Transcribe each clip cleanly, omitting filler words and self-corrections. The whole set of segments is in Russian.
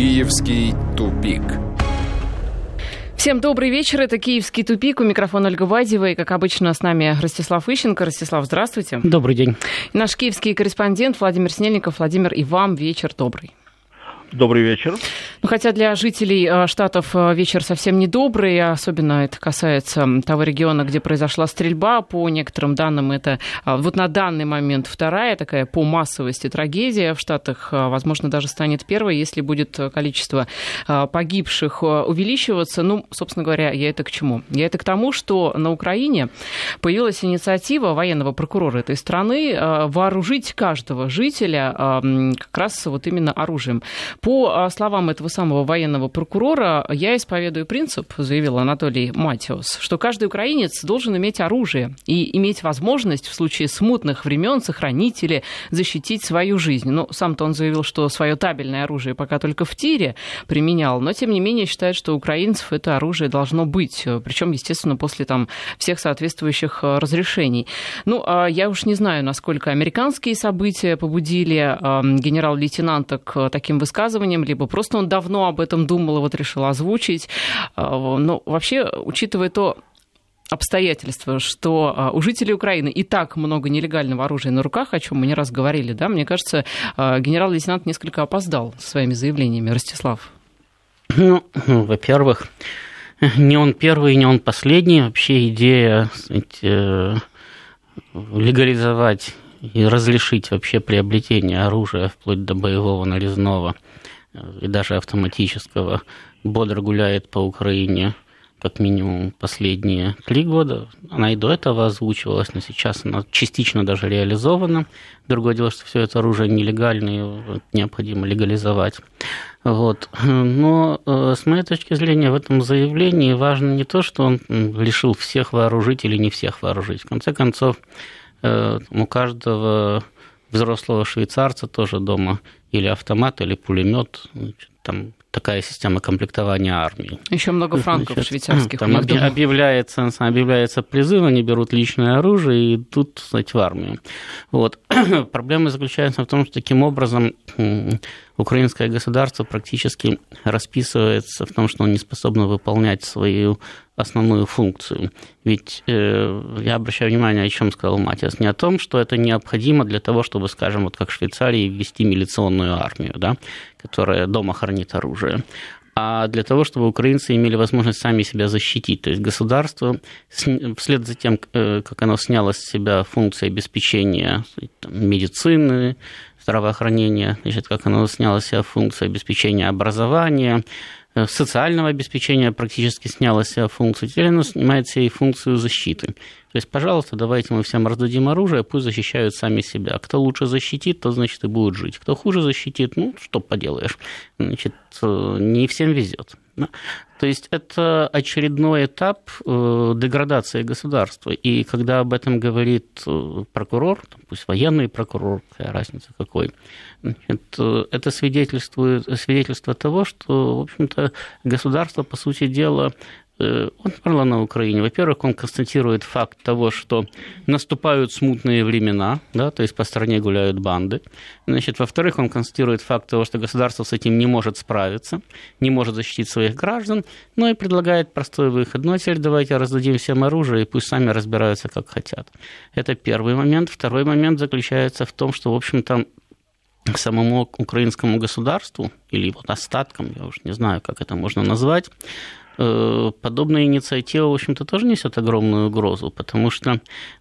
Киевский тупик. Всем добрый вечер, это «Киевский тупик», у микрофона Ольга Бадьева, и, как обычно, с нами Ростислав Ищенко. Ростислав, здравствуйте. Добрый день. И наш киевский корреспондент Владимир Снельников. Владимир, и вам вечер добрый. Добрый вечер. Ну, хотя для жителей Штатов вечер совсем не добрый, особенно это касается того региона, где произошла стрельба. По некоторым данным, это вот на данный момент вторая такая по массовости трагедия в Штатах. Возможно, даже станет первой, если будет количество погибших увеличиваться. Ну, собственно говоря, я это к чему? Я это к тому, что на Украине появилась инициатива военного прокурора этой страны вооружить каждого жителя как раз вот именно оружием. По словам этого самого военного прокурора, я исповедую принцип, заявил Анатолий Матиос, что каждый украинец должен иметь оружие и иметь возможность в случае смутных времен сохранить или защитить свою жизнь. Ну, сам-то он заявил, что свое табельное оружие пока только в тире применял, но, тем не менее, считает, что у украинцев это оружие должно быть, причем, естественно, после там всех соответствующих разрешений. Ну, я уж не знаю, насколько американские события побудили генерал-лейтенанта к таким высказываниям, либо просто он давно об этом думал и вот решил озвучить. Но вообще, учитывая то обстоятельство, что у жителей Украины и так много нелегального оружия на руках, о чем мы не раз говорили, да, мне кажется, генерал-лейтенант несколько опоздал со своими заявлениями. Ростислав. Ну, во-первых, не он первый, не он последний. Вообще идея, легализовать и разрешить вообще приобретение оружия вплоть до боевого нарезного и даже автоматического бодро гуляет по Украине как минимум последние 3 года. Она и до этого озвучивалась, но сейчас она частично даже реализована. Другое дело, что все это оружие нелегальное, его необходимо легализовать. Вот. Но с моей точки зрения в этом заявлении важно не то, что он решил всех вооружить или не всех вооружить. В конце концов, у каждого взрослого швейцарца тоже дома или автомат, или пулемет. Там такая система комплектования армии. Еще много франков швейцарских. Там объявляется призыв, они берут личное оружие и идут, кстати, в армию. Вот. Проблема заключается в том, что таким образом украинское государство практически расписывается в том, что оно не способно выполнять свою основную функцию. Ведь я обращаю внимание, о чем сказал Матиас, не о том, что это необходимо для того, чтобы, скажем, вот как в Швейцарии ввести милиционную армию, да, которая дома хранит оружие, а для того, чтобы украинцы имели возможность сами себя защитить. То есть государство, вслед за тем, как оно сняло с себя функции обеспечения медицины, здравоохранения, значит, как оно сняло с себя функции обеспечения образования, социального обеспечения практически сняло с себя функцию, теперь оно снимает себе и функцию защиты. То есть, пожалуйста, давайте мы всем раздадим оружие, пусть защищают сами себя. Кто лучше защитит, то, значит, и будет жить. Кто хуже защитит, ну, что поделаешь, значит, не всем везет. То есть это очередной этап деградации государства. И когда об этом говорит прокурор, пусть военный прокурор, какая разница какой, это свидетельство того, что, в общем-то, государство, по сути дела, он правил на Украине. Во-первых, он констатирует факт того, что наступают смутные времена, да, то есть по стране гуляют банды. Значит, во-вторых, он констатирует факт того, что государство с этим не может справиться, не может защитить своих граждан, но и предлагает простой выход. Ну, а теперь давайте раздадим всем оружие, и пусть сами разбираются, как хотят. Это первый момент. Второй момент заключается в том, что, в общем-то, самому украинскому государству, или вот остаткам, я уж не знаю, как это можно назвать, подобная инициатива, в общем-то, тоже несет огромную угрозу, потому что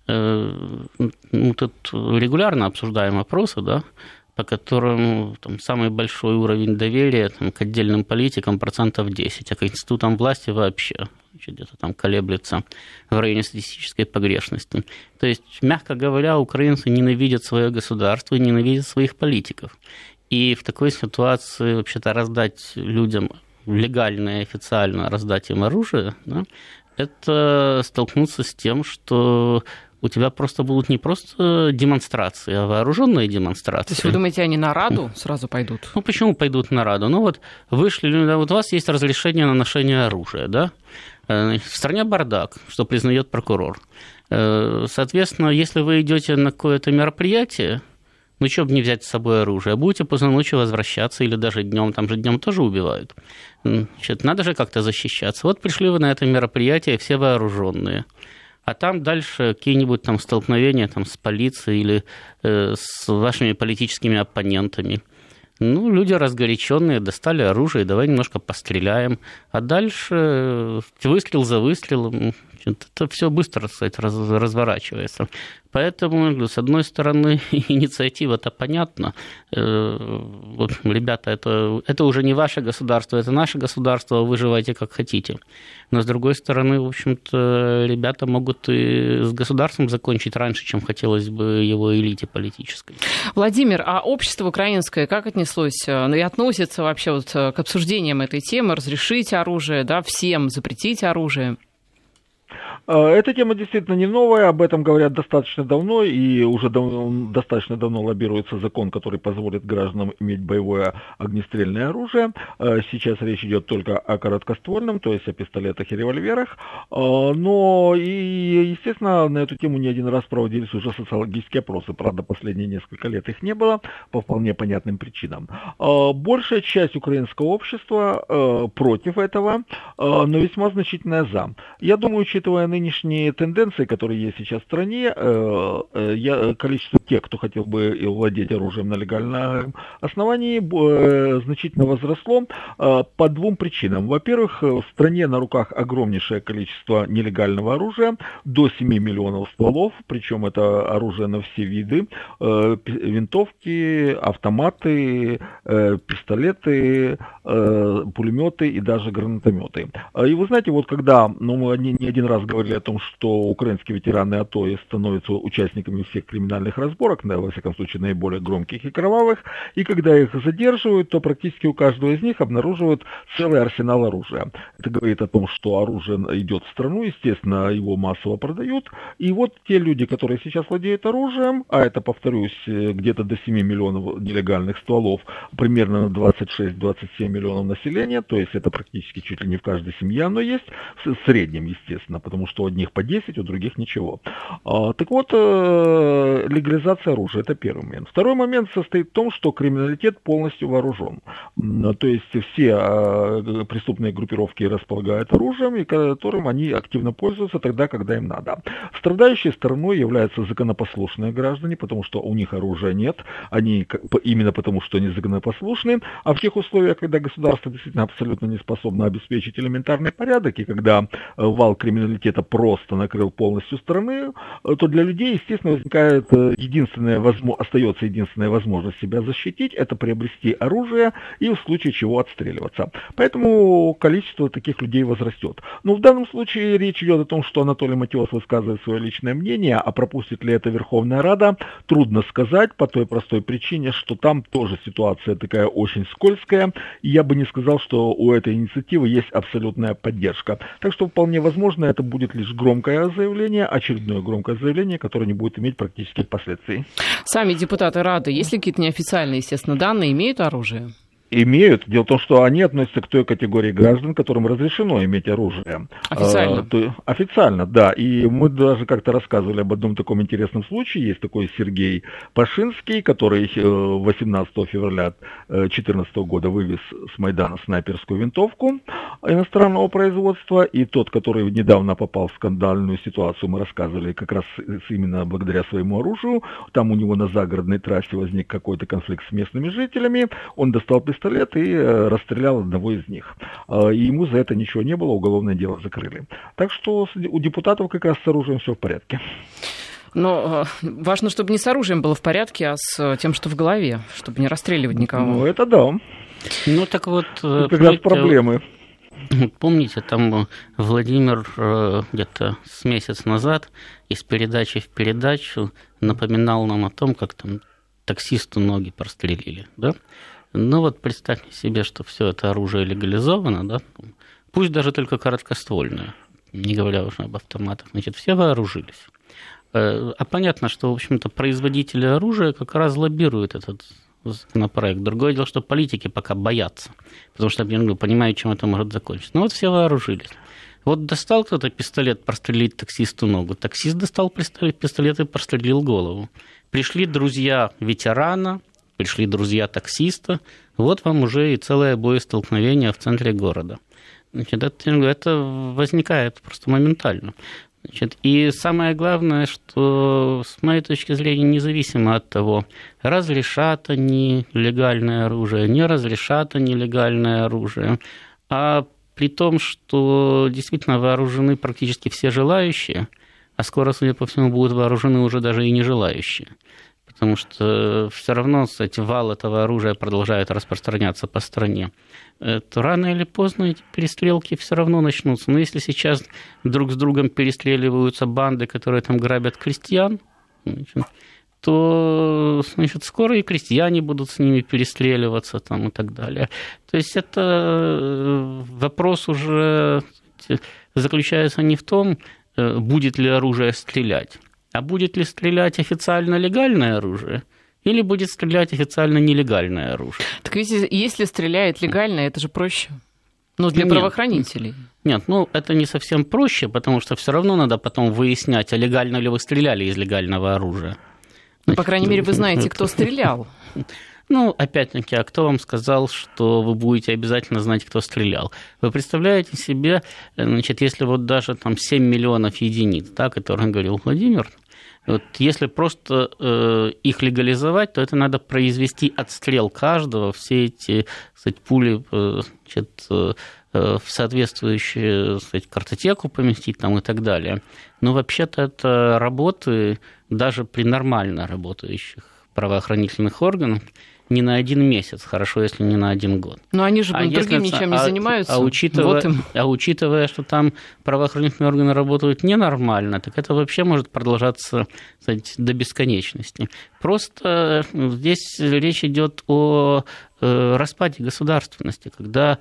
тут регулярно обсуждаем опросы, да, по которым там, самый большой уровень доверия там, к отдельным политикам 10%, а к институтам власти вообще где-то там колеблется в районе статистической погрешности. То есть, мягко говоря, украинцы ненавидят свое государство и ненавидят своих политиков. И в такой ситуации вообще-то раздать людям легально и официально раздать им оружие, да, это столкнуться с тем, что у тебя просто будут не просто демонстрации, а вооруженные демонстрации. То есть вы думаете, они на Раду сразу пойдут? Ну, почему пойдут на Раду? Ну, вот вышли, вот у вас есть разрешение на ношение оружия, да? В стране бардак, что признает прокурор. Соответственно, если вы идете на какое-то мероприятие, Ну, что бы не взять с собой оружие? Будете поздно ночью возвращаться или даже днем, там же днем тоже убивают. Значит, надо же как-то защищаться. Вот пришли вы на это мероприятие, все вооруженные. А там дальше какие-нибудь там столкновения там, с полицией или с вашими политическими оппонентами. Ну, люди разгоряченные, достали оружие, давай немножко постреляем. А дальше выстрел за выстрелом, это все быстро, кстати, разворачивается. Поэтому, с одной стороны, инициатива-то понятна. Вот, ребята, это уже не ваше государство, это наше государство, выживайте как хотите. Но, с другой стороны, в общем-то, ребята могут и с государством закончить раньше, чем хотелось бы его элите политической. Владимир, а общество украинское как отнеслось и относится вообще вот к обсуждениям этой темы, разрешить оружие, да, всем запретить оружие? Эта тема действительно не новая, об этом говорят достаточно давно, и уже достаточно давно лоббируется закон, который позволит гражданам иметь боевое огнестрельное оружие. Сейчас речь идет только о короткоствольном, то есть о пистолетах и револьверах, но и, естественно, на эту тему не один раз проводились уже социологические опросы, правда, последние несколько лет их не было, по вполне понятным причинам. Большая часть украинского общества против этого, но весьма значительная за. Я думаю, учитывая нынешние тенденции, которые есть сейчас в стране, количество тех, кто хотел бы владеть оружием на легальном основании, значительно возросло по двум причинам. Во-первых, в стране на руках огромнейшее количество нелегального оружия, до 7 миллионов стволов, причем это оружие на все виды, винтовки, автоматы, пистолеты, пулеметы и даже гранатометы. И вы знаете, вот когда, мы не один раз говорили о том, что украинские ветераны АТО становятся участниками всех криминальных разборок, во всяком случае наиболее громких и кровавых, и когда их задерживают, то практически у каждого из них обнаруживают целый арсенал оружия. Это говорит о том, что оружие идет в страну, естественно, его массово продают, и вот те люди, которые сейчас владеют оружием, а это, повторюсь, где-то до 7 миллионов нелегальных стволов, примерно на 26-27 миллионов населения, то есть это практически чуть ли не в каждой семье оно есть, в среднем, естественно, потому что у одних по 10, у других ничего. Так вот, легализация оружия – это первый момент. Второй момент состоит в том, что криминалитет полностью вооружен. То есть все преступные группировки располагают оружием, и которым они активно пользуются тогда, когда им надо. Страдающей стороной являются законопослушные граждане, потому что у них оружия нет, они именно потому, что они законопослушны, а в тех условиях, когда государство действительно абсолютно не способно обеспечить элементарный порядок, и когда вал криминалитета просто накрыл полностью страны, то для людей, естественно, возникает остается единственная возможность себя защитить, это приобрести оружие и в случае чего отстреливаться. Поэтому количество таких людей возрастет. Но в данном случае речь идет о том, что Анатолий Матиос высказывает свое личное мнение, а пропустит ли это Верховная Рада, трудно сказать по той простой причине, что там тоже ситуация такая очень скользкая, и я бы не сказал, что у этой инициативы есть абсолютная поддержка. Так что вполне возможно, это будет лишь громкое заявление, очередное громкое заявление, которое не будет иметь практических последствий. Сами депутаты Рады, есть ли какие-то неофициальные, естественно, данные, имеют оружие? Имеют. Дело в том, что они относятся к той категории граждан, которым разрешено иметь оружие. Официально? Официально, да. И мы даже как-то рассказывали об одном таком интересном случае. Есть такой Сергей Пашинский, который 18 февраля 2014 года вывез с Майдана снайперскую винтовку иностранного производства. И тот, который недавно попал в скандальную ситуацию, мы рассказывали как раз именно благодаря своему оружию. Там у него на загородной трассе возник какой-то конфликт с местными жителями. Он достал пистолет и расстрелял одного из них. И ему за это ничего не было, уголовное дело закрыли. Так что у депутатов как раз с оружием все в порядке. Но важно, чтобы не с оружием было в порядке, а с тем, что в голове, чтобы не расстреливать никого. Ну, это да. Ну, так вот... Как раз проблемы. Помните, там Владимир где-то с месяц назад из передачи в передачу напоминал нам о том, как там таксисту ноги прострелили, да? Ну вот представьте себе, что все это оружие легализовано, да? Пусть даже только короткоствольное, не говоря уже об автоматах, значит, все вооружились. А понятно, что, в общем-то, производители оружия как раз лоббируют этот законопроект. Другое дело, что политики пока боятся, потому что понимают, чем это может закончиться. Ну вот все вооружились. Вот достал кто-то пистолет прострелить таксисту ногу, таксист достал пистолет и прострелил голову. Пришли друзья ветерана, пришли друзья таксиста, вот вам уже и целое боестолкновение в центре города. Значит, это возникает просто моментально. Значит, и самое главное, что, с моей точки зрения, независимо от того, разрешат они легальное оружие, не разрешат они легальное оружие, а при том, что действительно вооружены практически все желающие, а скоро, судя по всему, будут вооружены уже даже и не желающие. Потому что все равно, кстати, вал этого оружия продолжает распространяться по стране. То рано или поздно эти перестрелки все равно начнутся. Но если сейчас друг с другом перестреливаются банды, которые там грабят крестьян, то, значит, скоро и крестьяне будут с ними перестреливаться там, и так далее. То есть это вопрос уже заключается не в том, будет ли оружие стрелять, а будет ли стрелять официально легальное оружие, или будет стрелять официально нелегальное оружие. Так ведь если стреляет легально, это же проще. Ну, для правоохранителей. Нет, это не совсем проще, потому что все равно надо потом выяснять, а легально ли вы стреляли из легального оружия. Ну, по крайней мере, вы знаете, кто стрелял. Опять-таки, а кто вам сказал, что вы будете обязательно знать, кто стрелял? Вы представляете себе, значит, если вот даже там 7 миллионов единиц, да, о которых говорил Владимир, вот если просто их легализовать, то это надо произвести отстрел каждого, все эти, кстати, пули, значит, в соответствующую, кстати, картотеку поместить там и так далее. Но вообще-то это работы даже при нормально работающих правоохранительных органах не на 1 месяц, хорошо, если не на 1 год. Но они же другим ничем не занимаются. Учитывая, что там правоохранительные органы работают ненормально, так это вообще может продолжаться, кстати, до бесконечности. Просто здесь речь идет о распаде государственности, когда,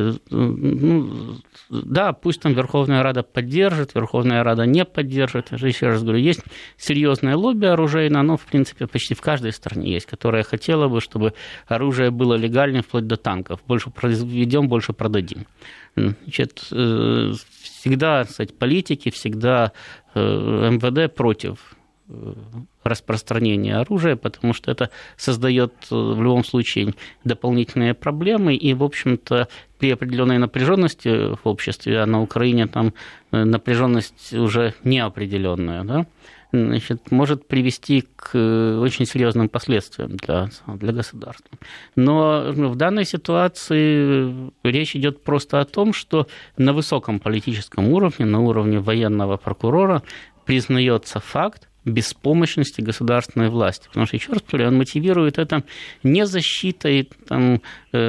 да, пусть там Верховная Рада поддержит, Верховная Рада не поддержит, я же еще раз говорю, есть серьезное лобби оружейное, оно, в принципе, почти в каждой стране есть, которое хотело бы, чтобы оружие было легальным вплоть до танков, больше произведем, больше продадим. Значит, всегда, кстати, политики, всегда МВД против распространения оружия, потому что это создает в любом случае дополнительные проблемы, и, в общем-то, при определенной напряженности в обществе, а на Украине там напряженность уже неопределенная, да, значит, может привести к очень серьезным последствиям для государства. Но в данной ситуации речь идет просто о том, что на высоком политическом уровне, на уровне военного прокурора, признается факт беспомощности государственной власти. Потому что, еще раз повторяю, он мотивирует это не защитой там,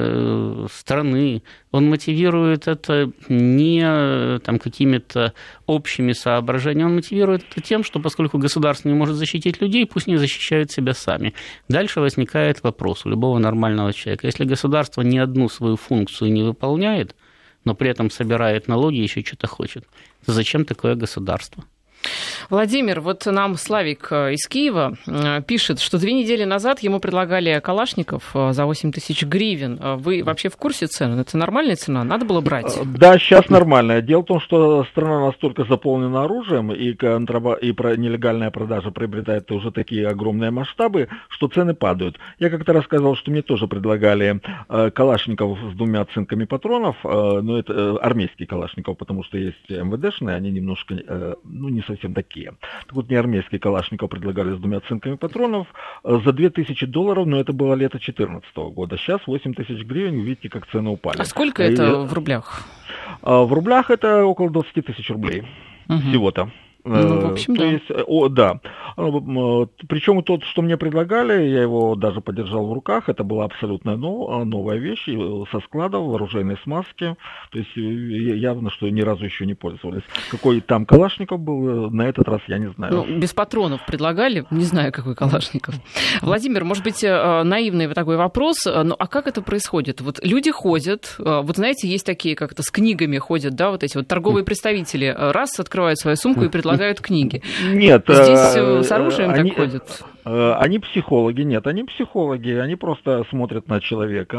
страны, он мотивирует это не там, какими-то общими соображениями, он мотивирует это тем, что поскольку государство не может защитить людей, пусть не защищают себя сами. Дальше возникает вопрос у любого нормального человека. Если государство ни одну свою функцию не выполняет, но при этом собирает налоги и еще что-то хочет, то зачем такое государство? Владимир, вот нам Славик из Киева пишет, что 2 недели назад ему предлагали калашников за 8 тысяч гривен. Вы вообще в курсе цен? Это нормальная цена? Надо было брать? Да, сейчас нормальная. Дело в том, что страна настолько заполнена оружием, и нелегальная продажа приобретает уже такие огромные масштабы, что цены падают. Я как-то рассказывал, что мне тоже предлагали калашников с 2 цинками патронов, но это армейские калашников, потому что есть МВДшные, они немножко, не совсем такие. Так вот, мне армейские калашников предлагали с 2 цинками патронов за $2000, но это было лето 2014 года. Сейчас 8 тысяч гривен, видите, как цены упали. А сколько это в рублях? В рублях это около 20 тысяч рублей всего-то. В общем, то да. есть, да. Причем тот, что мне предлагали, я его даже подержал в руках, это была абсолютно новая вещь, со складов, в оружейной смазке, то есть явно, что ни разу еще не пользовались. Какой там калашников был, на этот раз я не знаю. Без патронов предлагали, не знаю, какой калашников. Владимир, может быть, наивный такой вопрос, а как это происходит? Вот люди ходят, вот знаете, есть такие, как-то с книгами ходят, да, вот эти вот торговые представители, раз открывают свою сумку и предлагают книги. Нет. Здесь с оружием так ходят? Они психологи, они просто смотрят на человека,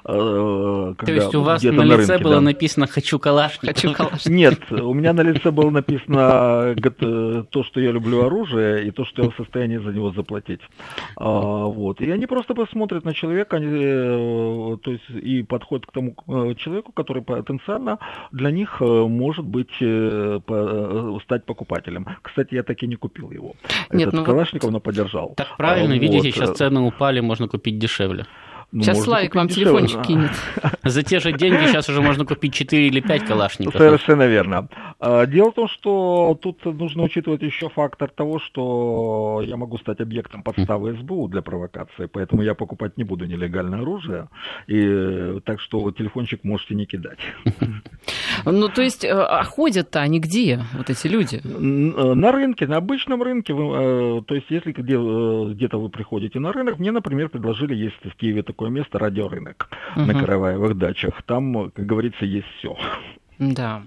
То есть у вас на лице рынке, было написано «хочу Калашников»? Нет, у меня на лице было написано то, что я люблю оружие, и то, что я в состоянии за него заплатить. Вот. И они просто посмотрят на человека, то есть и подходят к тому человеку, который потенциально для них может быть стать покупателем. Кстати, я так и не купил его. Нет, этот Калашников, но подержал. Так правильно, видите, сейчас цены упали, можно купить дешевле. Сейчас Славик вам телефончик кинет. За те же деньги сейчас уже можно купить 4 или 5 Калашников. Совершенно верно. Дело в том, что тут нужно учитывать еще фактор того, что я могу стать объектом подставы СБУ для провокации, поэтому я покупать не буду нелегальное оружие, и так что телефончик можете не кидать. Ну, то есть, а ходят-то они где, вот эти люди? На рынке, на обычном рынке. То есть, если где-то вы приходите на рынок, мне, например, предложили, есть в Киеве такое место, радиорынок на Караваевых дачах. Там, как говорится, есть все. Да.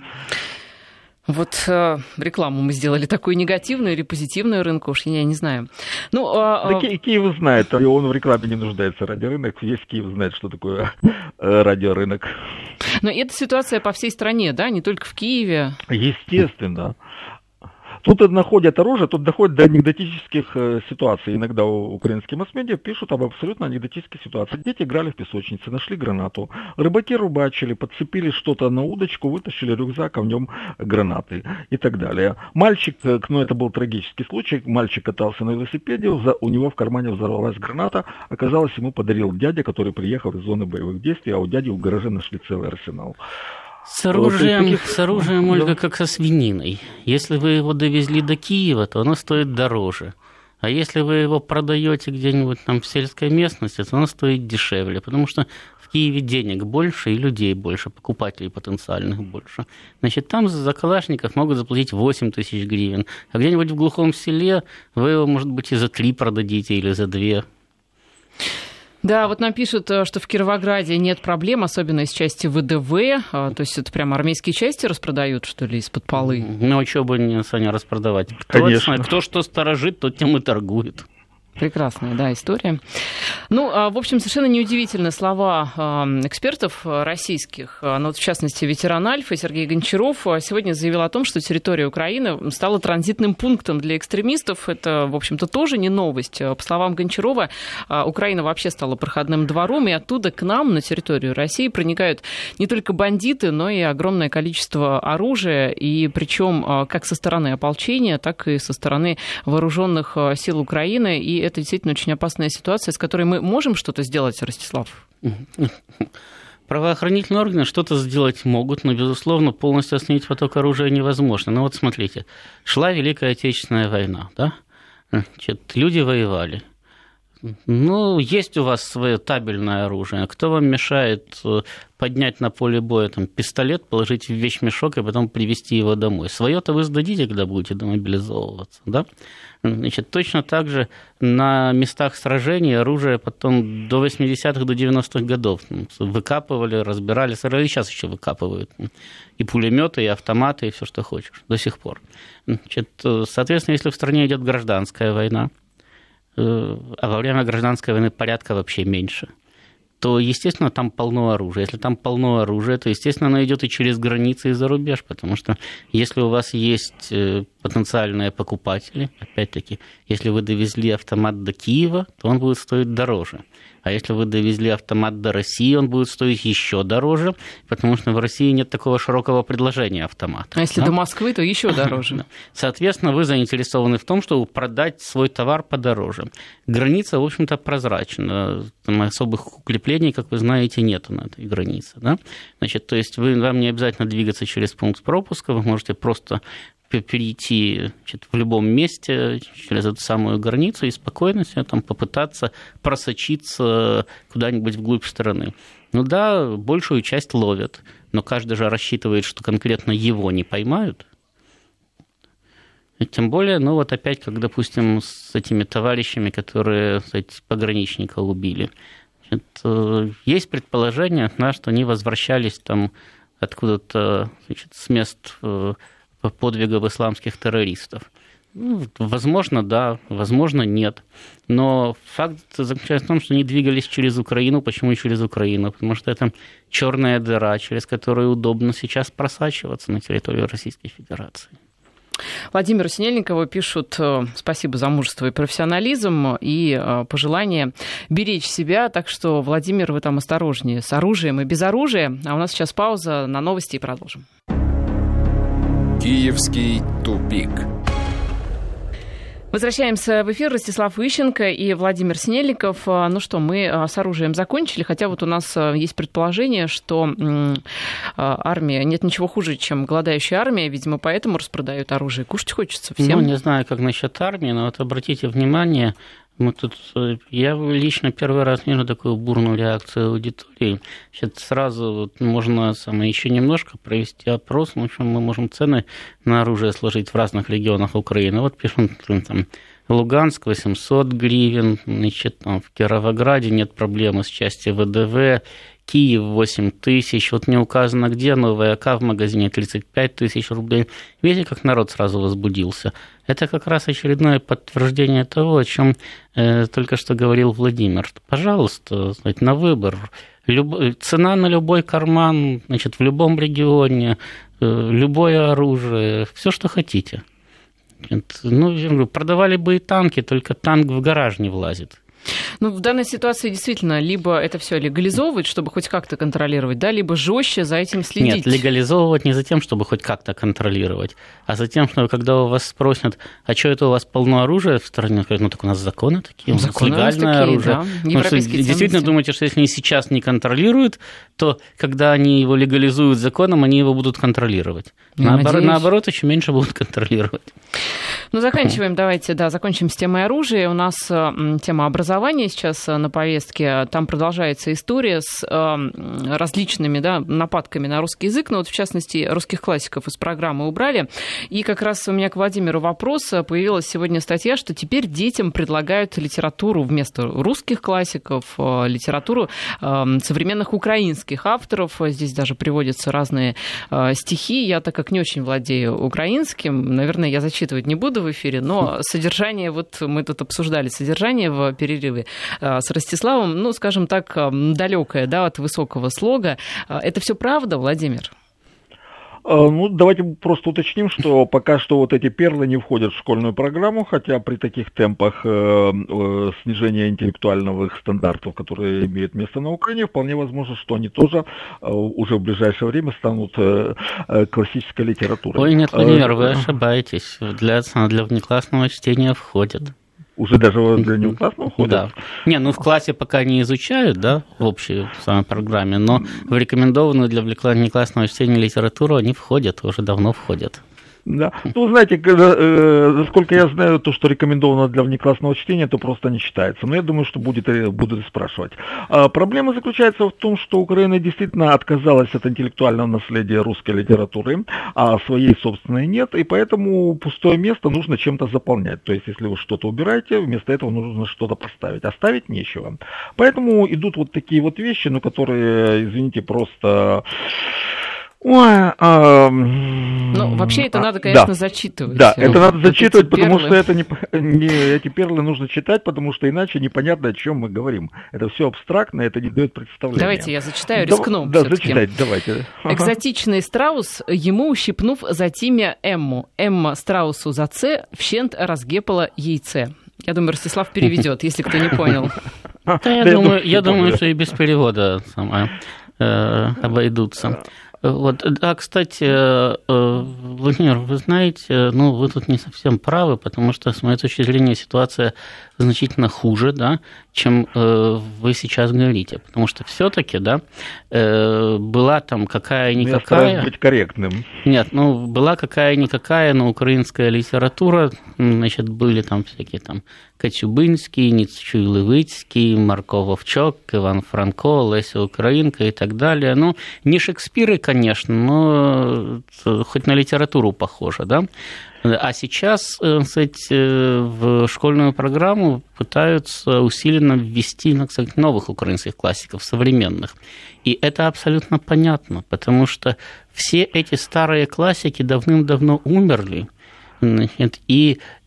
Вот рекламу мы сделали такую негативную или позитивную рынку, уж я не знаю. Ну, Киев знает, и он в рекламе не нуждается, радиорынок. Весь Киев знает, что такое радиорынок. Но это ситуация по всей стране, да, не только в Киеве? Естественно. Тут находят оружие, тут доходит до анекдотических ситуаций. Иногда украинские масс-медиа пишут об абсолютно анекдотических ситуациях. Дети играли в песочнице, нашли гранату. Рыбаки рыбачили, подцепили что-то на удочку, вытащили рюкзак, а в нем гранаты и так далее. Мальчик, ну это был трагический случай, мальчик катался на велосипеде, у него в кармане взорвалась граната. Оказалось, ему подарил дядя, который приехал из зоны боевых действий, а у дяди в гараже нашли целый арсенал. С оружием, Ольга, как со свининой. Если вы его довезли до Киева, то оно стоит дороже. А если вы его продаете где-нибудь там в сельской местности, то оно стоит дешевле, потому что в Киеве денег больше и людей больше, покупателей потенциальных больше. Значит, там за Калашников могут заплатить 8 тысяч гривен, а где-нибудь в глухом селе вы его, может быть, и за 3 продадите или за 2. Да, вот нам пишут, что в Кировограде нет проблем, особенно из части ВДВ. То есть это прямо армейские части распродают, что ли, из-под полы? Ну, а что бы не, Саня, распродавать? Кто что сторожит, тот тем и торгует. Прекрасная, да, история. Ну, в общем, совершенно неудивительны слова экспертов российских, ну, вот в частности, ветеран Альфа Сергей Гончаров сегодня заявил о том, что территория Украины стала транзитным пунктом для экстремистов. Это, в общем-то, тоже не новость. По словам Гончарова, Украина вообще стала проходным двором, и оттуда к нам, на территорию России, проникают не только бандиты, но и огромное количество оружия, и причем как со стороны ополчения, так и со стороны вооруженных сил Украины, и это действительно очень опасная ситуация, с которой мы можем что-то сделать, Ростислав? Правоохранительные органы что-то сделать могут, но, безусловно, полностью остановить поток оружия невозможно. Ну вот смотрите, шла Великая Отечественная война, да? Значит, люди воевали. Ну, есть у вас свое табельное оружие. Кто вам мешает поднять на поле боя там, пистолет, положить в вещмешок и потом привезти его домой? Свое-то вы сдадите, когда будете демобилизовываться, да? Значит, точно так же на местах сражений оружие потом до 80-х, до 90-х годов выкапывали, разбирали, и сейчас еще выкапывают. И пулеметы, и автоматы, и все, что хочешь, до сих пор. Значит, соответственно, если в стране идет гражданская война, а во время гражданской войны порядка вообще меньше, то, естественно, там полно оружия. Если там полно оружия, то, естественно, оно идет и через границы, и за рубеж, потому что если у вас есть потенциальные покупатели, опять-таки, если вы довезли автомат до Киева, то он будет стоить дороже. А если вы довезли автомат до России, он будет стоить еще дороже, потому что в России нет такого широкого предложения автомата. А если до Москвы, то еще дороже. Соответственно, вы заинтересованы в том, чтобы продать свой товар подороже. Граница, в общем-то, прозрачна. Там особых укреплений, как вы знаете, нет на этой границе. Да? Значит, то есть вам не обязательно двигаться через пункт пропуска, вы можете просто перейти, значит, в любом месте через эту самую границу и спокойно себе там попытаться просочиться куда-нибудь вглубь страны. Ну да, большую часть ловят, но каждый же рассчитывает, что конкретно его не поймают. И тем более, ну вот опять, как, допустим, с этими товарищами, которые, кстати, пограничника убили. Значит, есть предположение, что они возвращались там откуда-то, значит, с мест подвигов исламских террористов. Возможно, да, возможно, нет. Но факт заключается в том, что они двигались через Украину. Почему через Украину? Потому что это черная дыра, через которую удобно сейчас просачиваться на территорию Российской Федерации. Владимиру Синельникову пишут: спасибо за мужество и профессионализм и пожелание беречь себя. Так что, Владимир, вы там осторожнее с оружием и без оружия. А у нас сейчас пауза на новости и продолжим. Киевский тупик. Возвращаемся в эфир. Ростислав Ищенко и Владимир Синельников. Ну что, мы с оружием закончили, хотя вот у нас есть предположение, что армия, нет ничего хуже, чем голодающая армия, видимо, поэтому распродают оружие. Кушать хочется всем. Ну, не знаю, как насчет армии, но вот обратите внимание, я лично первый раз вижу такую бурную реакцию аудитории. Сейчас сразу можно еще немножко провести опрос, в общем, мы можем цены на оружие сложить в разных регионах Украины. Вот пишут, там, Луганск 800 гривен, значит, там, в Кировограде нет проблемы с части ВДВ, Киев 8 тысяч, вот не указано где, новая АК в магазине 35 тысяч рублей. Видите, как народ сразу возбудился. Это как раз очередное подтверждение того, о чем только что говорил Владимир. Пожалуйста, на выбор. Цена на любой карман, значит, в любом регионе, любое оружие, все, что хотите. Ну, продавали бы и танки, только танк в гараж не влазит. Ну, в данной ситуации действительно либо это все легализовывать, чтобы хоть как-то контролировать, да, либо жестче за этим следить. Нет, легализовывать не за тем, чтобы хоть как-то контролировать, а за тем, что когда у вас спросят, а что это у вас полно оружия в стране, ну так у нас законы такие, у нас легальное оружие. Да. Действительно думаете, что если они сейчас не контролируют, то когда они его легализуют законом, они его будут контролировать. Наоборот, еще меньше будут контролировать. Ну, заканчиваем, давайте, закончим с темой оружия. У нас тема образования сейчас на повестке. Там продолжается история с различными нападками на русский язык. Но вот, в частности, русских классиков из программы убрали. И как раз у меня к Владимиру вопрос. Появилась сегодня статья, что теперь детям предлагают литературу вместо русских классиков, литературу современных украинских авторов. Здесь даже приводятся разные стихи. Я, так как не очень владею украинским, наверное, я зачитывать не буду в эфире, но содержание, вот мы тут обсуждали содержание в перерыве с Ростиславом, ну, скажем так, далекое, от высокого слога. Это все правда, Владимир? Ну, давайте просто уточним, что пока что вот эти перлы не входят в школьную программу, хотя при таких темпах снижения интеллектуальных стандартов, которые имеют место на Украине, вполне возможно, что они тоже уже в ближайшее время станут классической литературой. Ой, нет, Владимир, вы ошибаетесь. Для внеклассного чтения входят. Уже даже для неклассного входят? Да. В классе пока не изучают, в общей самой программе, но в рекомендованную для внеклассного чтения литературу они входят, уже давно входят. Да. Ну, знаете, насколько я знаю, то, что рекомендовано для внеклассного чтения, то просто не читается. Но я думаю, что будут спрашивать. Проблема заключается в том, что Украина действительно отказалась от интеллектуального наследия русской литературы, а своей собственной нет, и поэтому пустое место нужно чем-то заполнять. То есть, если вы что-то убираете, вместо этого нужно что-то поставить. Оставить нечего. Поэтому идут вот такие вот вещи, которые, извините, просто... вообще это надо, конечно, зачитывать. Да, это надо зачитывать, потому что эти перлы нужно читать, потому что иначе непонятно, о чем мы говорим. Это все абстрактно, это не дает представления. Давайте я зачитаю, рискну. Да, зачитайте, давайте. Экзотичный страус, ему ущипнув за тім'я Емму. Емма страусу за це вщент разгепала яйце. Я думаю, Ростислав переведет, если кто не понял. Я думаю, что и без перевода обойдутся. Кстати, Владимир, вы знаете, вы тут не совсем правы, потому что, с моей точки зрения, ситуация значительно хуже, чем вы сейчас говорите. Потому что все-таки, была там какая-никакая... Я стараюсь быть корректным. Нет, была какая-никакая, но украинская литература, значит, были там всякие там Коцюбинский, Ніцчуй Левицький, Марко Вовчок, Иван Франко, Леся Украинка и так далее. Не Шекспиры, конечно, но хоть на литературу похоже, А сейчас, в школьную программу пытаются усиленно ввести, новых украинских классиков, современных. И это абсолютно понятно, потому что все эти старые классики давным-давно умерли. И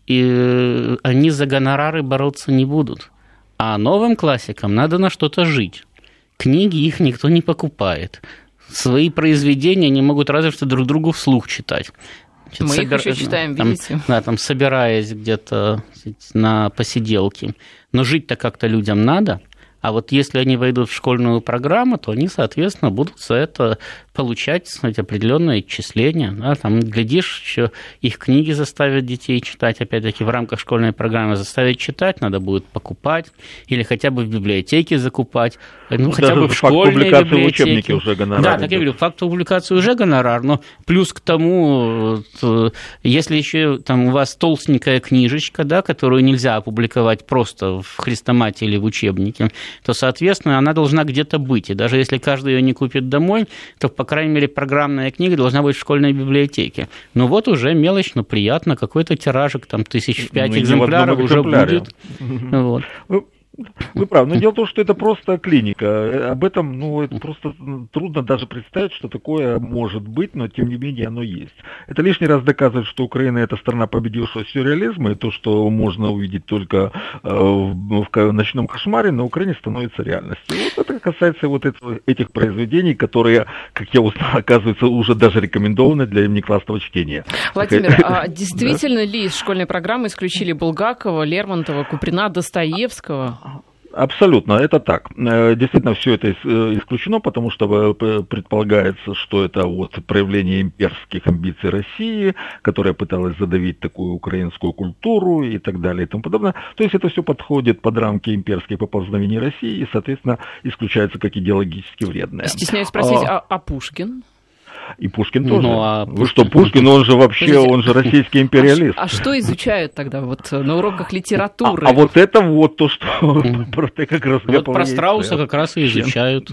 и они за гонорары бороться не будут. А новым классикам надо на что-то жить. Книги их никто не покупает. Свои произведения они могут разве что друг другу вслух читать. Мы их еще читаем, видите? Там, собираясь где-то на посиделки. Но жить-то как-то людям надо. А вот если они войдут в школьную программу, то они, соответственно, будут за это получать, сказать, определенное отчисление. Да? Там, глядишь, еще их книги заставят детей читать, опять-таки, в рамках школьной программы заставить читать, надо будет покупать, или хотя бы в библиотеке закупать, ну, хотя бы в школьной библиотеке. Учебники уже гонорар. Да, так я говорю, факт публикации уже гонорар, но плюс к тому, если еще там у вас толстенькая книжечка, да, которую нельзя опубликовать просто в хрестомате или в учебнике, то, соответственно, она должна где-то быть. И даже если каждый ее не купит домой, то, по крайней мере, программная книга должна быть в школьной библиотеке. Ну вот уже мелочь, но приятно, какой-то тиражик, там, 1005 экземпляров уже будет. Вот. Вы правы. Но дело в том, что это просто клиника. Об этом, ну, это просто трудно даже представить, что такое может быть, но тем не менее оно есть. Это лишний раз доказывает, что Украина — это страна победившего сюрреализма, и то, что можно увидеть только в ночном кошмаре, на Украине становится реальностью. Вот это касается вот этих произведений, которые, как я узнал, оказывается, уже даже рекомендованы для внеклассного чтения. Владимир, а действительно ли из школьной программы исключили Булгакова, Лермонтова, Куприна, Достоевского? Абсолютно, это так. Действительно, все это исключено, потому что предполагается, что это вот проявление имперских амбиций России, которая пыталась задавить такую украинскую культуру и так далее и тому подобное. То есть это все подходит под рамки имперских поползновений России и, соответственно, исключается как идеологически вредное. Стесняюсь спросить, а Пушкин? И Пушкин тоже. Ну, а Вы что, Пушкин, он же вообще, он же российский империалист. А что изучают тогда вот на уроках литературы? А вот это вот то, что как раз... Вот про страуса как раз и изучают.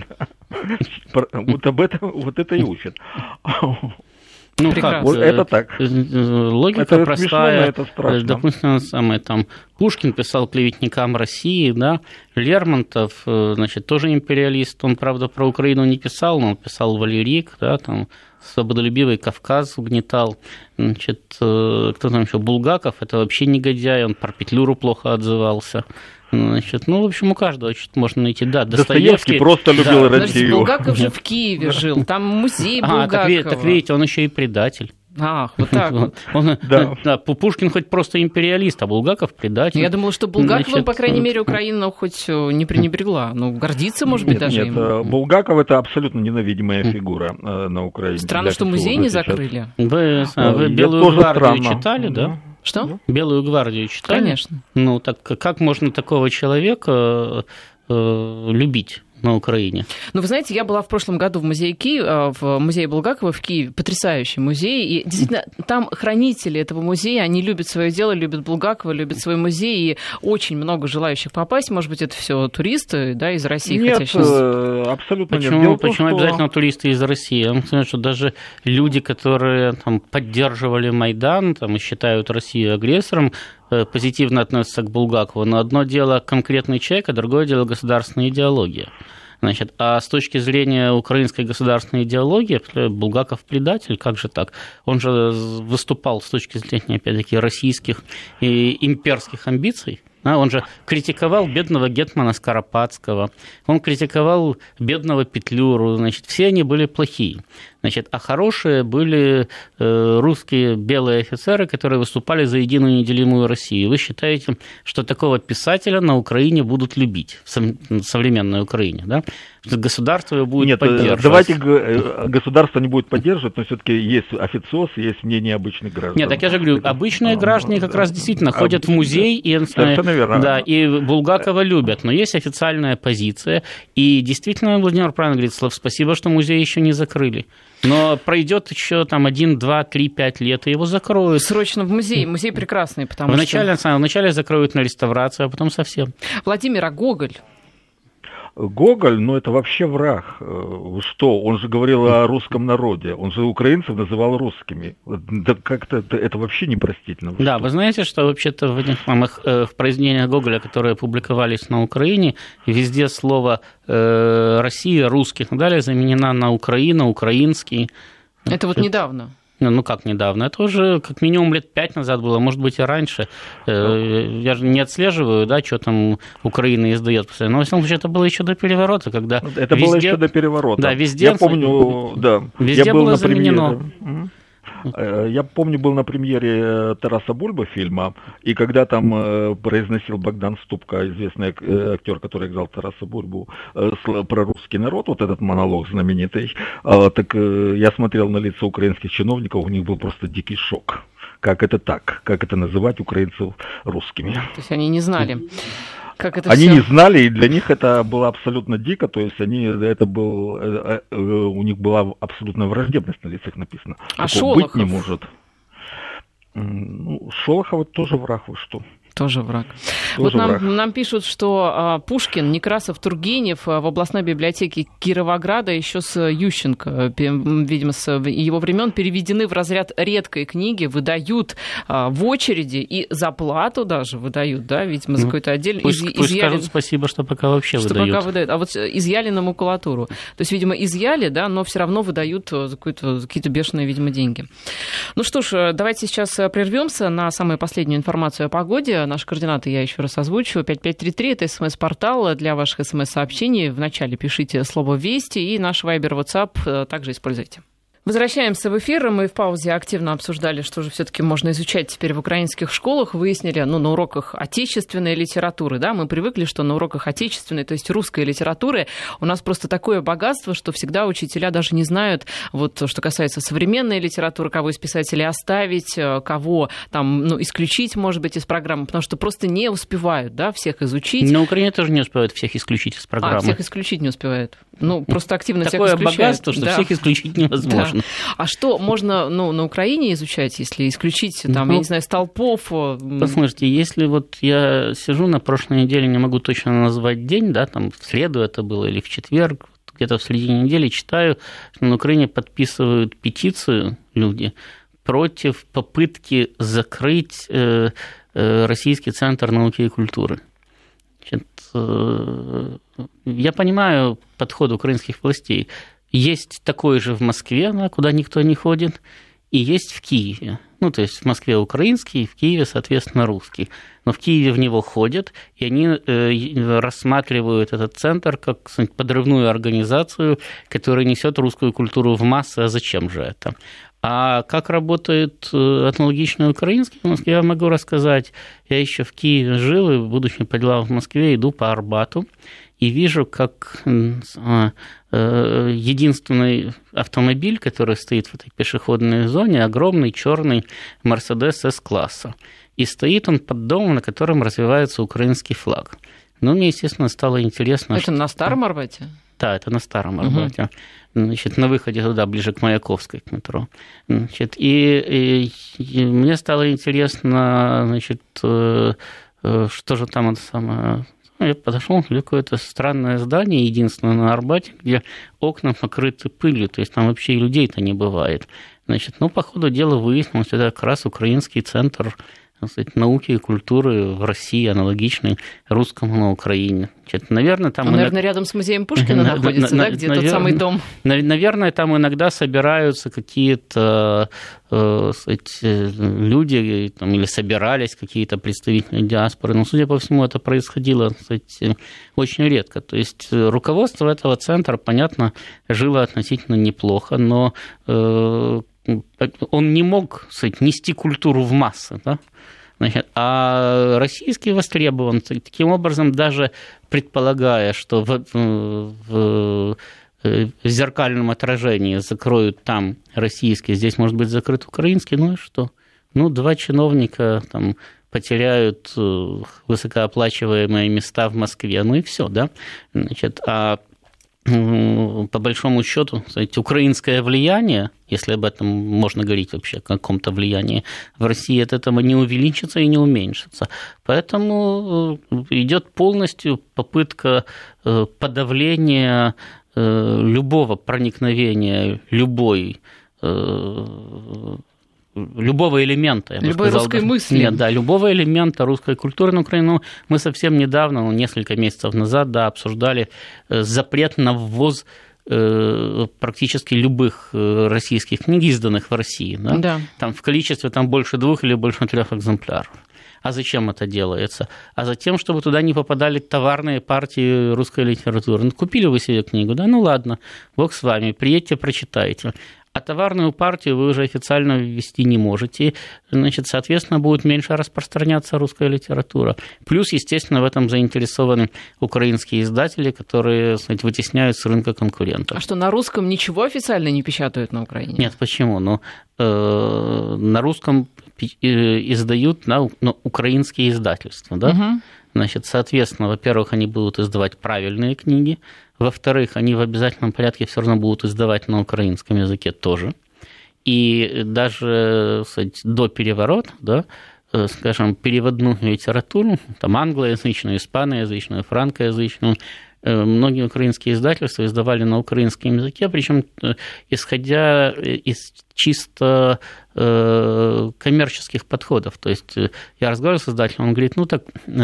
Вот об этом, вот это и учат. Ну как, вот это так. Логика это простая. Смешно, это страшно. Допустим, самое там Пушкин писал клеветникам России, да, Лермонтов, значит, тоже империалист. Он, правда, про Украину не писал, но он писал Валерик, да, там свободолюбивый Кавказ угнетал. Значит, кто там еще? Булгаков, это вообще негодяй, он про Петлюру плохо отзывался. Значит, ну, в общем, у каждого что-то можно найти. Да, Достоевский просто любил Россию. Булгаков же в Киеве жил, там музей Булгакова. Так видите, он еще и предатель. Ах, вот так вот. Да, Пушкин хоть просто империалист, а Булгаков предатель. Я думала, что Булгаковым, по крайней мере, Украина хоть не пренебрегла. Ну, гордиться, может быть, даже им. Нет, Булгаков — это абсолютно ненавидимая фигура на Украине. Странно, что музей не закрыли. Вы «Белую гвардию» читали, да? Что? «Белую гвардию» читали? Конечно. Ну, так как можно такого человека любить на Украине? Ну, вы знаете, я была в прошлом году в музее Булгакова в Киеве, потрясающий музей, и действительно там хранители этого музея, они любят свое дело, любят Булгакова, любят свой музей, и очень много желающих попасть. Может быть, это все туристы, да, из России? Нет, хотя сейчас... абсолютно почему, нет. Почему обязательно туристы из России? Я вам скажу, что даже люди, которые там поддерживали Майдан, там, и считают Россию агрессором, позитивно относятся к Булгакову, но одно дело конкретный человек, а другое дело государственная идеология. Значит, а с точки зрения украинской государственной идеологии, Булгаков предатель, как же так? Он же выступал с точки зрения, опять-таки, российских и имперских амбиций. Он же критиковал бедного гетмана Скоропадского, он критиковал бедного Петлюру, значит, все они были плохие. Значит, а хорошие были русские белые офицеры, которые выступали за единую неделимую Россию. Вы считаете, что такого писателя на Украине будут любить, в современной Украине, да? Что государство его будет поддерживать? Давайте государство не будет поддерживать, но все-таки есть официоз, есть мнение обычных граждан. Нет, так я же говорю, обычные граждане как раз действительно ходят в музей и, да, и Булгакова любят, но есть официальная позиция, и действительно, Владимир правильно говорит, Слав, спасибо, что музей еще не закрыли. Но пройдет еще там 1, 2, 3, 5 лет, и его закроют. Срочно в музей. Музей прекрасный, потому что... Вначале закроют на реставрацию, а потом совсем. Владимир, а Гоголь? Гоголь, ну это вообще враг. Что? Он же говорил о русском народе. Он же украинцев называл русскими. Да как-то это вообще непростительно. Да, вы знаете, что вообще-то в произведениях Гоголя, которые публиковались на Украине, везде слово «Россия», «русский» и так далее заменено на «Украина», «украинский». Это вот недавно? Ну, как недавно? Это уже как минимум лет 5 назад было, может быть, и раньше. Я же не отслеживаю, да, что там Украина издает постоянно. Но, во всяком случае, это было еще до переворота, когда это везде... было еще до переворота. Да, везде. Я помню, да. Везде я был было на заменено. Премьере. Я помню, был на премьере Тараса Бульбы фильма, и когда там произносил Богдан Ступка, известный актер, который играл Тараса Бульбу, про русский народ, вот этот монолог знаменитый, так я смотрел на лица украинских чиновников, у них был просто дикий шок. Как это так? Как это называть украинцев русскими? То есть они не знали. Они не знали, и для них это было абсолютно дико, то есть у них была абсолютная враждебность на лицах написано. А Шолохов? Быть не может. Ну, Шолохов тоже враг, вы что? Тоже враг. Вот нам пишут, что Пушкин, Некрасов, Тургенев в областной библиотеке Кировограда еще с Ющенко, видимо, с его времен переведены в разряд редкой книги, выдают в очереди и за плату даже выдают, да, видимо, за какой-то отдельный... Пусть скажут спасибо, что пока вообще выдают. Пока выдают. А вот изъяли на макулатуру. То есть, видимо, изъяли, да, но все равно выдают за какие-то бешеные, видимо, деньги. Ну что ж, давайте сейчас прервемся на самую последнюю информацию о погоде. Наши координаты я еще раз озвучу. 5533 – это СМС-портал для ваших СМС-сообщений. Вначале пишите слово «Вести», и наш Вайбер, WhatsApp также используйте. Возвращаемся в эфир. Мы в паузе активно обсуждали, что же все-таки можно изучать теперь в украинских школах. Выяснили, на уроках отечественной литературы, да, мы привыкли, что на уроках отечественной, то есть русской литературы, у нас просто такое богатство, что всегда учителя даже не знают, вот что касается современной литературы, кого из писателей оставить, кого там, исключить, может быть, из программы, потому что просто не успевают, да, всех изучить. На Украине тоже не успевают всех исключить из программы. Всех исключить не успевают. Просто активно всех исключают. Такое богатство, что всех исключить невозможно. Да. А что можно на Украине изучать, если исключить, там, я не знаю, столпов? Послушайте, если вот я сижу на прошлой неделе, не могу точно назвать день, да, там в среду это было или в четверг, где-то в середине недели читаю, что на Украине подписывают петицию люди против попытки закрыть Российский центр науки и культуры. Я понимаю подход украинских властей. Есть такой же в Москве, куда никто не ходит, и есть в Киеве. То есть в Москве украинский, в Киеве, соответственно, русский. Но в Киеве в него ходят, и они рассматривают этот центр как подрывную организацию, которая несет русскую культуру в массы. А зачем же это? А как работает аналогичный украинский в Москве, я могу рассказать. Я еще в Киеве жил, и, будучи по делам в Москве, иду по Арбату, и вижу, как единственный автомобиль, который стоит в этой пешеходной зоне, огромный черный Мерседес С-класса. И стоит он под домом, на котором развивается украинский флаг. Мне, естественно, стало интересно. Это на Старом Арбате? Да, это на Старом Арбате. На выходе туда, ближе к Маяковской, к метро. И мне стало интересно, что же там это самое... Я подошел к какое-то странное здание, единственное на Арбате, где окна покрыты пылью, то есть там вообще и людей-то не бывает. По ходу дела выяснилось, что это как раз украинский центр науки и культуры в России, аналогичный русскому на Украине. Наверное, там... наверное, рядом с музеем Пушкина находится, да, где тот самый дом? Наверное, там иногда собираются какие-то люди, или собирались какие-то представители диаспоры, но, судя по всему, это происходило, очень редко. То есть руководство этого центра, понятно, жило относительно неплохо, но он не мог нести культуру в массы, да? А российский востребован. Таким образом, даже предполагая, что в зеркальном отражении закроют там российский, здесь может быть закрыт украинский, и что? 2 чиновника там потеряют высокооплачиваемые места в Москве, и все, да? А по большому счету, украинское влияние, если об этом можно говорить вообще, о каком-то влиянии в России, от этого не увеличится и не уменьшится. Поэтому идет полностью попытка подавления любого проникновения любого элемента. Любой русской мысли. Нет, да, любого элемента русской культуры на Украину. Мы совсем недавно, несколько месяцев назад, обсуждали запрет на ввоз практически любых российских книг, изданных в России. Да? Да. Там в количестве больше 2 или больше 3 экземпляров. А зачем это делается? А затем, чтобы туда не попадали товарные партии русской литературы. Ну, купили вы себе книгу, да, ну ладно, бог с вами, приедьте, прочитайте. А товарную партию вы уже официально ввести не можете. Значит, соответственно, будет меньше распространяться русская литература. Плюс, естественно, в этом заинтересованы украинские издатели, которые, кстати, вытесняют с рынка конкурентов. А что, на русском ничего официально не печатают на Украине? Нет, почему? Ну, на русском издают украинские издательства, да? Угу. Значит, соответственно, во-первых, они будут издавать правильные книги, во-вторых, они в обязательном порядке все равно будут издавать на украинском языке тоже. И даже, кстати, до переворота, да, скажем, переводную литературу, там англоязычную, испаноязычную, франкоязычную, многие украинские издательства издавали на украинском языке, причем исходя из чисто коммерческих подходов. То есть я разговаривал с издателем, он говорит, ну так,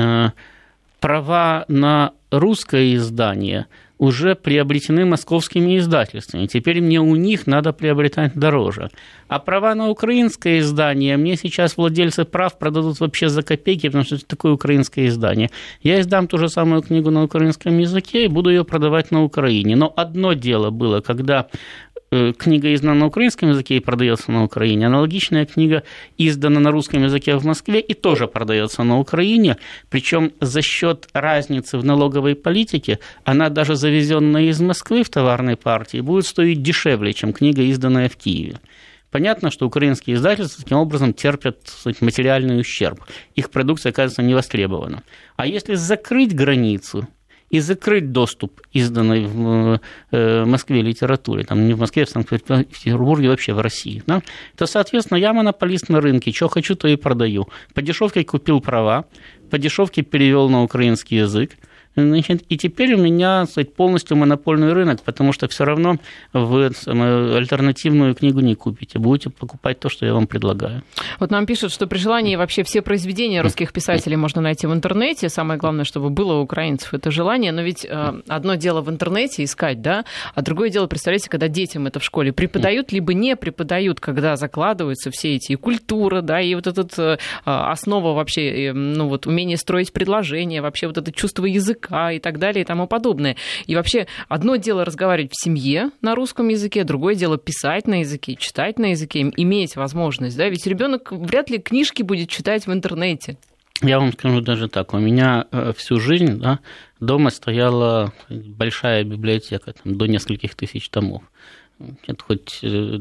права на русское издание уже приобретены московскими издательствами. Теперь мне у них надо приобретать дороже. А права на украинское издание мне сейчас владельцы прав продадут вообще за копейки, потому что это такое украинское издание. Я издам ту же самую книгу на украинском языке и буду ее продавать на Украине. Но одно дело было, когда книга издана на украинском языке и продается на Украине. Аналогичная книга издана на русском языке в Москве и тоже продается на Украине. Причем за счет разницы в налоговой политике она даже завезенная из Москвы в товарной партии будет стоить дешевле, чем книга, изданная в Киеве. Понятно, что украинские издательства таким образом терпят, кстати, материальный ущерб. Их продукция оказывается не востребована. А если закрыть границу и закрыть доступ изданной в Москве литературе, там не в Москве, в Санкт-Петербурге, вообще в России, да, то, соответственно, я монополист на рынке, что хочу, то и продаю. По дешевке купил права, по дешевке перевел на украинский язык, значит, и теперь у меня, кстати, полностью монопольный рынок, потому что все равно вы альтернативную книгу не купите, будете покупать то, что я вам предлагаю. Вот нам пишут, что при желании вообще все произведения русских писателей можно найти в интернете. Самое главное, чтобы было у украинцев это желание. Но ведь одно дело в интернете искать, да, а другое дело, представляете, когда детям это в школе преподают, либо не преподают, когда закладываются все эти и культура, да, и вот эта основа вообще, ну вот умение строить предложения, вообще вот это чувство языка и так далее и тому подобное. И вообще одно дело разговаривать в семье на русском языке, другое дело писать на языке, читать на языке, иметь возможность, да, ведь ребенок вряд ли книжки будет читать в интернете. Я вам скажу даже так, у меня всю жизнь, да, дома стояла большая библиотека, там, до нескольких тысяч томов. Это хоть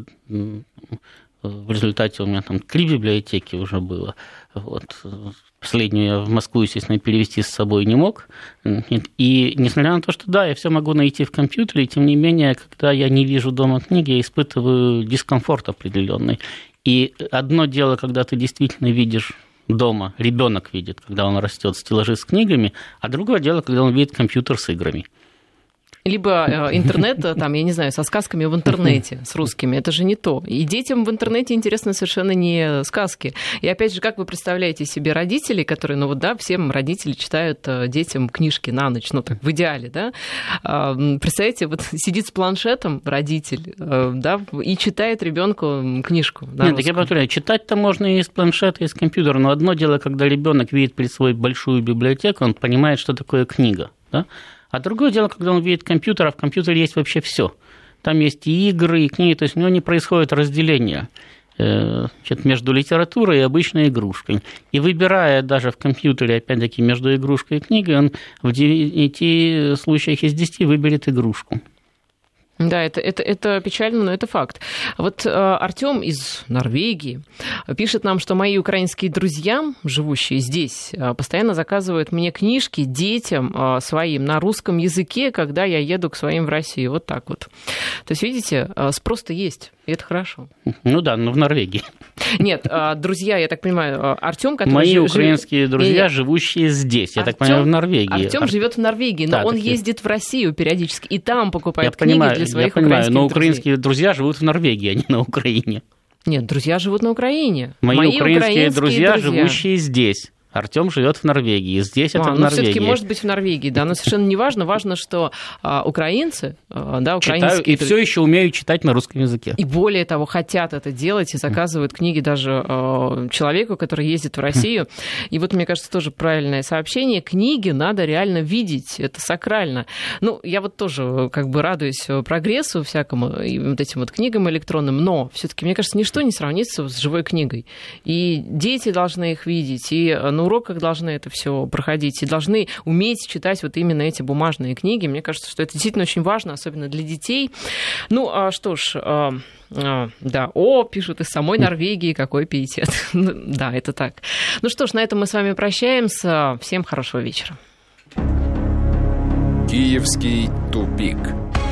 в результате у меня там 3 библиотеки уже было, вот. Последнюю я в Москву, естественно, перевести с собой не мог. И несмотря на то, что да, я все могу найти в компьютере, тем не менее, когда я не вижу дома книги, я испытываю дискомфорт определенный. И одно дело, когда ты действительно видишь дома, ребенок видит, когда он растет, стеллажи с книгами, а другое дело, когда он видит компьютер с играми. Либо интернет, там, я не знаю, со сказками в интернете, с русскими. Это же не то. И детям в интернете интересны совершенно не сказки. И опять же, как вы представляете себе родителей, которые, ну вот да, всем родители читают детям книжки на ночь, ну так в идеале, да? Представляете, вот сидит с планшетом родитель, да, и читает ребенку книжку на Нет, так я повторяю, читать-то можно и с планшета, и с компьютера, но одно дело, когда ребенок видит перед собой большую библиотеку, он понимает, что такое книга, да? А другое дело, когда он видит компьютер, а в компьютере есть вообще все. Там есть и игры, и книги, то есть у него не происходит разделения между литературой и обычной игрушкой. И выбирая даже в компьютере, опять-таки, между игрушкой и книгой, он в 9 случаях из 10 выберет игрушку. Да, это печально, но это факт. Вот Артём из Норвегии пишет нам, что мои украинские друзья, живущие здесь, постоянно заказывают мне книжки детям своим на русском языке, когда я еду к своим в Россию. Вот так вот. То есть, видите, спрос-то есть, и это хорошо. Ну да, но в Норвегии. Нет, друзья, я так понимаю, Артём, который... Мои украинские друзья, живущие здесь, я так понимаю, в Норвегии. Артём живет в Норвегии, но он ездит в Россию периодически, и там покупает книги для своих украинских друзей. Но украинские друзья живут в Норвегии, а не на Украине. Нет, друзья живут на Украине. Мои украинские друзья, живущие здесь. Артем живет в Норвегии, здесь это в Норвегии. Все-таки может быть в Норвегии, да, но совершенно не важно. Важно, что украинцы, да, читаю и все еще умеют читать на русском языке. И более того, хотят это делать и заказывают книги даже человеку, который ездит в Россию. И вот, мне кажется, тоже правильное сообщение. Книги надо реально видеть, это сакрально. Ну, я вот тоже как бы радуюсь прогрессу всякому, и вот этим вот книгам электронным, но все-таки, мне кажется, ничто не сравнится с живой книгой. И дети должны их видеть, и на уроках должны это все проходить, и должны уметь читать вот именно эти бумажные книги. Мне кажется, что это действительно очень важно, особенно для детей. Ну, что ж, да, пишут из самой Норвегии, какой пиетет. Да, это так. Ну что ж, на этом мы с вами прощаемся. Всем хорошего вечера. Киевский тупик.